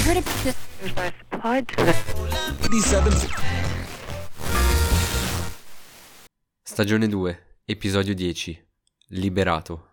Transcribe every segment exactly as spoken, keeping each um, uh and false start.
heard about this? I supplied to the Stagione due, episodio dieci. Liberato.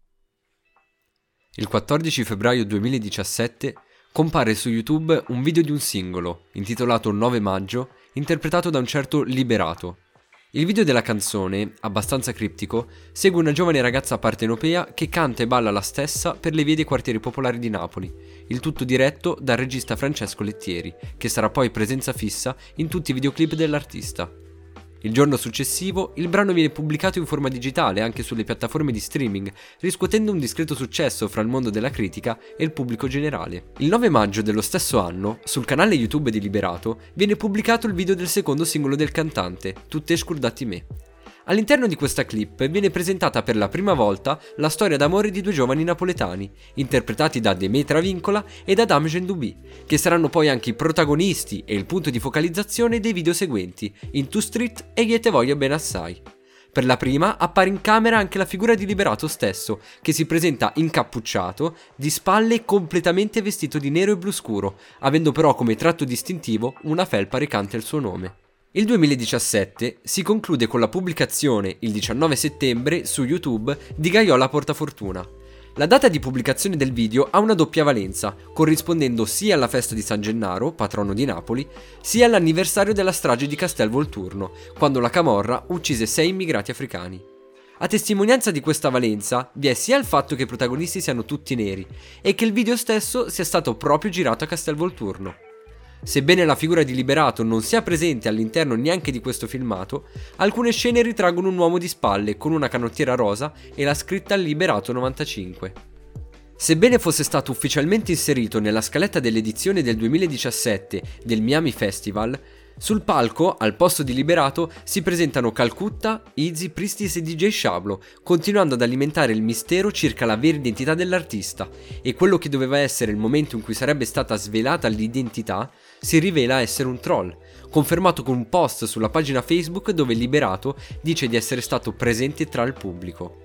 Il quattordici febbraio duemiladiciassette compare su YouTube un video di un singolo, intitolato nove maggio, interpretato da un certo Liberato. Il video della canzone, abbastanza criptico, segue una giovane ragazza partenopea che canta e balla la stessa per le vie dei quartieri popolari di Napoli, il tutto diretto dal regista Francesco Lettieri, che sarà poi presenza fissa in tutti i videoclip dell'artista. Il giorno successivo il brano viene pubblicato in forma digitale anche sulle piattaforme di streaming, riscuotendo un discreto successo fra il mondo della critica e il pubblico generale. Il nove maggio dello stesso anno, sul canale YouTube di Liberato, viene pubblicato il video del secondo singolo del cantante, Tutte scordati me. All'interno di questa clip viene presentata per la prima volta la storia d'amore di due giovani napoletani, interpretati da Demetra Vincola ed Adam Gendoubi, che saranno poi anche i protagonisti e il punto di focalizzazione dei video seguenti, Into Street e Io te voglio bene assai. Per la prima appare in camera anche la figura di Liberato stesso, che si presenta incappucciato, di spalle e completamente vestito di nero e blu scuro, avendo però come tratto distintivo una felpa recante il suo nome. Il duemiladiciassette si conclude con la pubblicazione, il diciannove settembre, su YouTube, di Gaiola Portafortuna. La data di pubblicazione del video ha una doppia valenza, corrispondendo sia alla festa di San Gennaro, patrono di Napoli, sia all'anniversario della strage di Castel Volturno, quando la camorra uccise sei immigrati africani. A testimonianza di questa valenza vi è sia il fatto che i protagonisti siano tutti neri, e che il video stesso sia stato proprio girato a Castel Volturno. Sebbene la figura di Liberato non sia presente all'interno neanche di questo filmato, alcune scene ritraggono un uomo di spalle con una canottiera rosa e la scritta Liberato novantacinque. Sebbene fosse stato ufficialmente inserito nella scaletta dell'edizione del duemiladiciassette del Miami Festival, sul palco, al posto di Liberato, si presentano Calcutta, Izzy, Pristis e D J Shablo, continuando ad alimentare il mistero circa la vera identità dell'artista, e quello che doveva essere il momento in cui sarebbe stata svelata l'identità si rivela essere un troll, confermato con un post sulla pagina Facebook dove Liberato dice di essere stato presente tra il pubblico.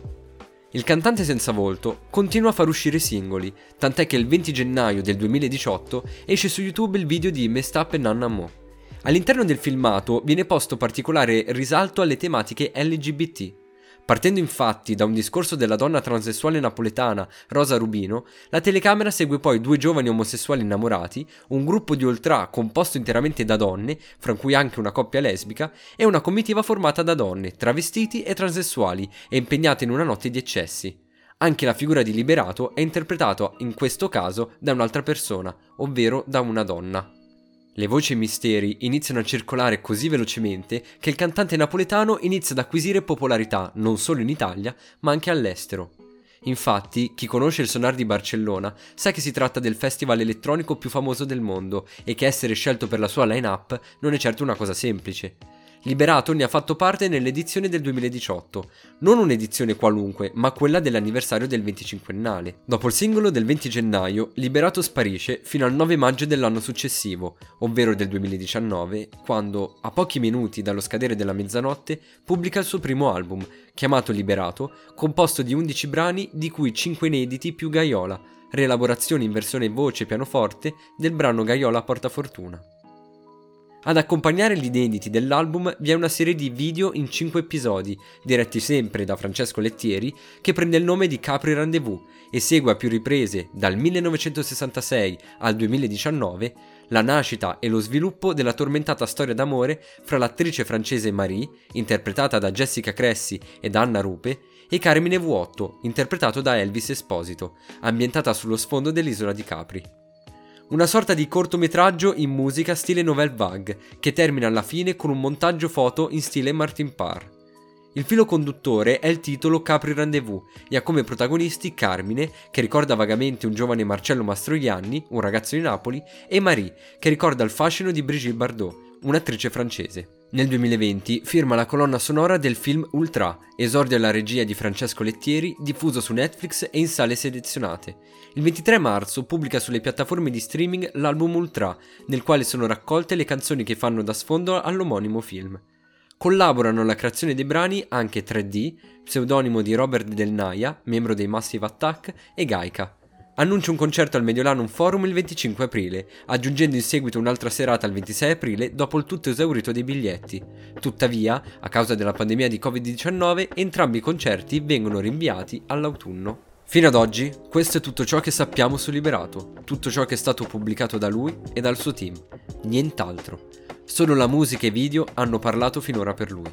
Il cantante senza volto continua a far uscire singoli, tant'è che il venti gennaio del duemiladiciotto esce su YouTube il video di Messed Up e Nanna Mo. All'interno del filmato viene posto particolare risalto alle tematiche L G B T. Partendo infatti da un discorso della donna transessuale napoletana Rosa Rubino, la telecamera segue poi due giovani omosessuali innamorati, un gruppo di ultra composto interamente da donne, fra cui anche una coppia lesbica, e una comitiva formata da donne, travestiti e transessuali e impegnate in una notte di eccessi. Anche la figura di Liberato è interpretata in questo caso da un'altra persona, ovvero da una donna. Le voci e i misteri iniziano a circolare così velocemente che il cantante napoletano inizia ad acquisire popolarità non solo in Italia, ma anche all'estero. Infatti, chi conosce il Sonar di Barcellona sa che si tratta del festival elettronico più famoso del mondo e che essere scelto per la sua line-up non è certo una cosa semplice. Liberato ne ha fatto parte nell'edizione del duemiladiciotto, non un'edizione qualunque, ma quella dell'anniversario del venticinquennale. Dopo il singolo del venti gennaio, Liberato sparisce fino al nove maggio dell'anno successivo, ovvero del duemiladiciannove, quando, a pochi minuti dallo scadere della mezzanotte, pubblica il suo primo album, chiamato Liberato, composto di undici brani di cui cinque inediti più Gaiola, rielaborazioni in versione voce e pianoforte del brano Gaiola Portafortuna. Ad accompagnare gli inediti dell'album vi è una serie di video in cinque episodi, diretti sempre da Francesco Lettieri, che prende il nome di Capri Rendezvous e segue a più riprese, dal millenovecentosessantasei al duemiladiciannove, la nascita e lo sviluppo della tormentata storia d'amore fra l'attrice francese Marie, interpretata da Jessica Cressi ed Anna Rupe, e Carmine Vuotto, interpretato da Elvis Esposito, ambientata sullo sfondo dell'isola di Capri. Una sorta di cortometraggio in musica stile Nouvelle Vague, che termina alla fine con un montaggio foto in stile Martin Parr. Il filo conduttore è il titolo Capri Rendezvous e ha come protagonisti Carmine, che ricorda vagamente un giovane Marcello Mastroianni, un ragazzo di Napoli, e Marie, che ricorda il fascino di Brigitte Bardot, un'attrice francese. Nel duemilaventi firma la colonna sonora del film Ultra, esordio alla regia di Francesco Lettieri, diffuso su Netflix e in sale selezionate. Il ventitré marzo pubblica sulle piattaforme di streaming l'album Ultra, nel quale sono raccolte le canzoni che fanno da sfondo all'omonimo film. Collaborano alla creazione dei brani anche tre D, pseudonimo di Robert Del Naia, membro dei Massive Attack, e Gaika. Annuncia un concerto al Mediolanum Forum il venticinque aprile, aggiungendo in seguito un'altra serata il ventisei aprile dopo il tutto esaurito dei biglietti. Tuttavia, a causa della pandemia di covid diciannove, entrambi i concerti vengono rinviati all'autunno. Fino ad oggi, questo è tutto ciò che sappiamo su Liberato, tutto ciò che è stato pubblicato da lui e dal suo team. Nient'altro. Solo la musica e i video hanno parlato finora per lui.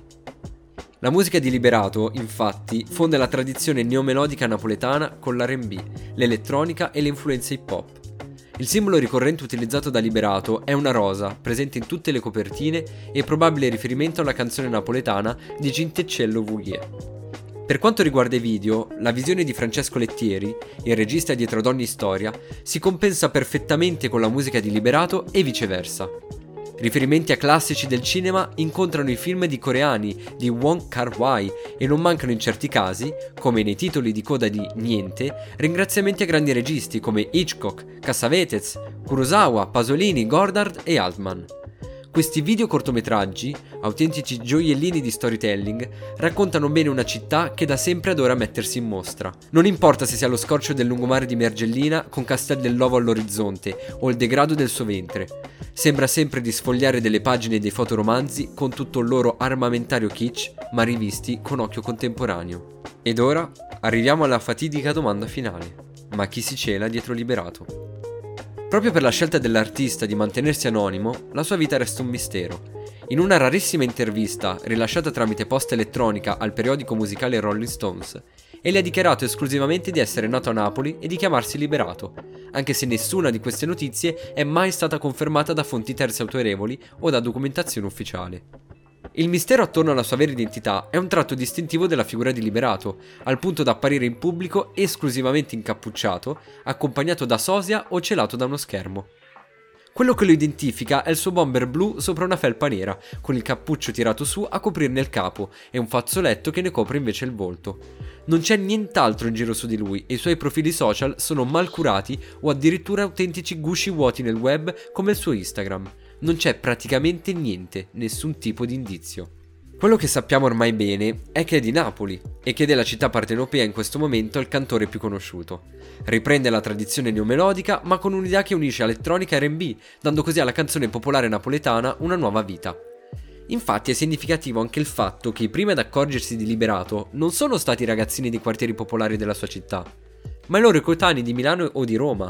La musica di Liberato, infatti, fonde la tradizione neomelodica napoletana con l'R and B, l'elettronica e le influenze hip hop. Il simbolo ricorrente utilizzato da Liberato è una rosa, presente in tutte le copertine e probabile riferimento alla canzone napoletana di Cinticello Voulier. Per quanto riguarda i video, la visione di Francesco Lettieri, il regista dietro ad ogni storia, si compensa perfettamente con la musica di Liberato e viceversa. Riferimenti a classici del cinema incontrano i film di coreani di Wong Kar-wai e non mancano in certi casi, come nei titoli di coda di Niente, ringraziamenti a grandi registi come Hitchcock, Cassavetes, Kurosawa, Pasolini, Godard e Altman. Questi video cortometraggi, autentici gioiellini di storytelling, raccontano bene una città che da sempre adora mettersi in mostra. Non importa se sia lo scorcio del lungomare di Mergellina con Castel dell'Ovo all'orizzonte o il degrado del suo ventre. Sembra sempre di sfogliare delle pagine dei fotoromanzi con tutto il loro armamentario kitsch, ma rivisti con occhio contemporaneo. Ed ora arriviamo alla fatidica domanda finale. Ma chi si cela dietro Liberato? Proprio per la scelta dell'artista di mantenersi anonimo, la sua vita resta un mistero. In una rarissima intervista rilasciata tramite posta elettronica al periodico musicale Rolling Stones, egli ha dichiarato esclusivamente di essere nato a Napoli e di chiamarsi Liberato, anche se nessuna di queste notizie è mai stata confermata da fonti terze autorevoli o da documentazione ufficiale. Il mistero attorno alla sua vera identità è un tratto distintivo della figura di Liberato, al punto da apparire in pubblico esclusivamente incappucciato, accompagnato da sosia o celato da uno schermo. Quello che lo identifica è il suo bomber blu sopra una felpa nera, con il cappuccio tirato su a coprirne il capo e un fazzoletto che ne copre invece il volto. Non c'è nient'altro in giro su di lui e i suoi profili social sono mal curati o addirittura autentici gusci vuoti nel web come il suo Instagram. Non c'è praticamente niente, nessun tipo di indizio. Quello che sappiamo ormai bene è che è di Napoli e che della città partenopea in questo momento è il cantore più conosciuto. Riprende la tradizione neomelodica ma con un'idea che unisce elettronica e R and B, dando così alla canzone popolare napoletana una nuova vita. Infatti è significativo anche il fatto che i primi ad accorgersi di Liberato non sono stati i ragazzini dei quartieri popolari della sua città, ma i loro coetanei di Milano o di Roma.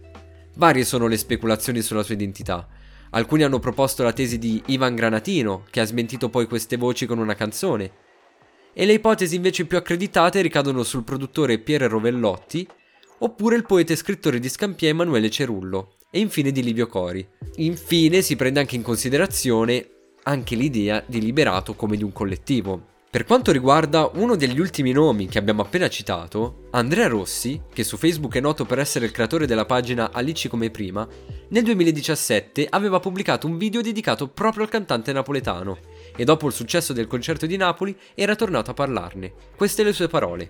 Varie sono le speculazioni sulla sua identità. Alcuni hanno proposto la tesi di Ivan Granatino, che ha smentito poi queste voci con una canzone. E le ipotesi invece più accreditate ricadono sul produttore Pier Rovellotti, oppure il poeta e scrittore di Scampia Emanuele Cerullo, e infine di Livio Cori. Infine si prende anche in considerazione anche l'idea di Liberato come di un collettivo. Per quanto riguarda uno degli ultimi nomi che abbiamo appena citato, Andrea Rossi, che su Facebook è noto per essere il creatore della pagina Alici come prima, nel duemiladiciassette aveva pubblicato un video dedicato proprio al cantante napoletano e dopo il successo del concerto di Napoli era tornato a parlarne. Queste le sue parole.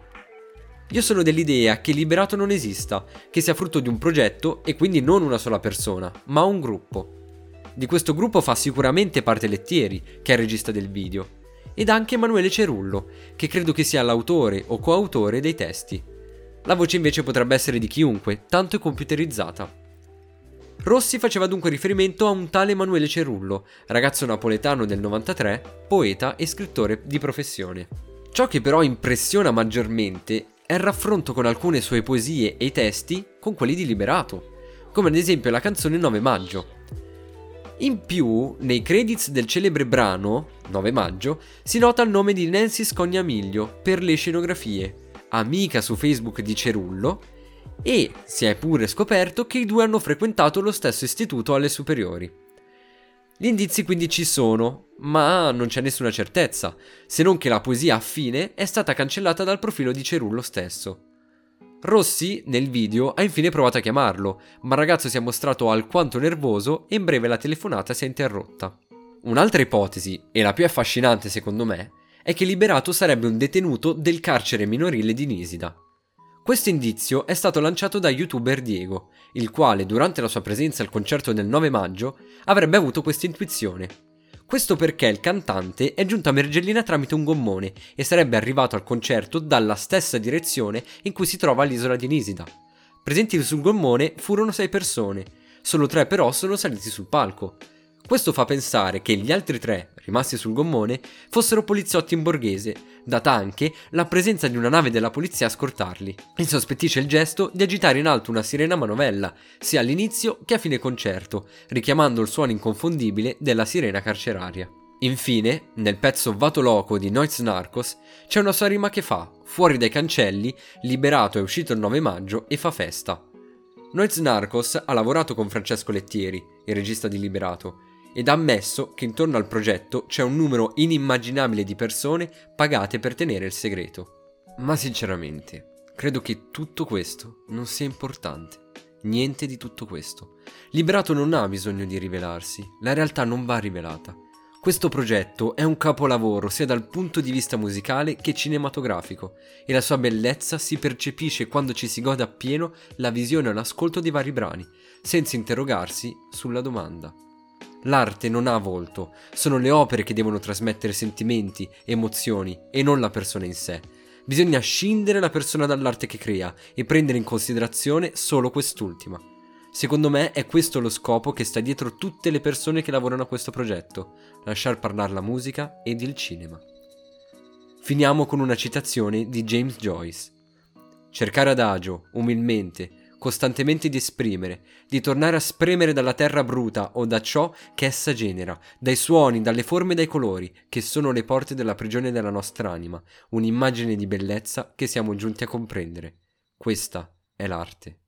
Io sono dell'idea che Liberato non esista, che sia frutto di un progetto e quindi non una sola persona, ma un gruppo. Di questo gruppo fa sicuramente parte Lettieri, che è il regista del video, ed anche Emanuele Cerullo, che credo che sia l'autore o coautore dei testi. La voce invece potrebbe essere di chiunque, tanto è computerizzata. Rossi faceva dunque riferimento a un tale Emanuele Cerullo, ragazzo napoletano del novantatré, poeta e scrittore di professione. Ciò che però impressiona maggiormente è il raffronto con alcune sue poesie e i testi con quelli di Liberato, come ad esempio la canzone nove maggio. In più, nei credits del celebre brano, nove maggio, si nota il nome di Nancy Scognamiglio per le scenografie, amica su Facebook di Cerullo, e si è pure scoperto che i due hanno frequentato lo stesso istituto alle superiori. Gli indizi quindi ci sono, ma non c'è nessuna certezza, se non che la poesia affine è stata cancellata dal profilo di Cerullo stesso. Rossi, nel video, ha infine provato a chiamarlo, ma il ragazzo si è mostrato alquanto nervoso e in breve la telefonata si è interrotta. Un'altra ipotesi, e la più affascinante secondo me, è che Liberato sarebbe un detenuto del carcere minorile di Nisida. Questo indizio è stato lanciato da youtuber Diego, il quale durante la sua presenza al concerto del nove maggio avrebbe avuto questa intuizione. Questo perché il cantante è giunto a Mergellina tramite un gommone e sarebbe arrivato al concerto dalla stessa direzione in cui si trova l'isola di Nisida. Presenti sul gommone furono sei persone, solo tre però sono saliti sul palco. Questo fa pensare che gli altri tre, rimasti sul gommone, fossero poliziotti in borghese, data anche la presenza di una nave della polizia a scortarli. Insospettisce il gesto di agitare in alto una sirena a manovella, sia all'inizio che a fine concerto, richiamando il suono inconfondibile della sirena carceraria. Infine, nel pezzo Vato Loco di Noise Narcos, c'è una sua rima che fa: fuori dai cancelli, Liberato è uscito il nove maggio e fa festa. Noise Narcos ha lavorato con Francesco Lettieri, il regista di Liberato, ed ha ammesso che intorno al progetto c'è un numero inimmaginabile di persone pagate per tenere il segreto. Ma sinceramente, credo che tutto questo non sia importante. Niente di tutto questo. Liberato non ha bisogno di rivelarsi, la realtà non va rivelata. Questo progetto è un capolavoro sia dal punto di vista musicale che cinematografico, e la sua bellezza si percepisce quando ci si gode appieno la visione e l'ascolto dei vari brani, senza interrogarsi sulla domanda. L'arte non ha volto, sono le opere che devono trasmettere sentimenti, emozioni e non la persona in sé. Bisogna scindere la persona dall'arte che crea e prendere in considerazione solo quest'ultima. Secondo me è questo lo scopo che sta dietro tutte le persone che lavorano a questo progetto: lasciar parlare la musica ed il cinema. Finiamo con una citazione di James Joyce. Cercare adagio, umilmente, costantemente di esprimere, di tornare a spremere dalla terra bruta o da ciò che essa genera, dai suoni, dalle forme e dai colori, che sono le porte della prigione della nostra anima, un'immagine di bellezza che siamo giunti a comprendere. Questa è l'arte.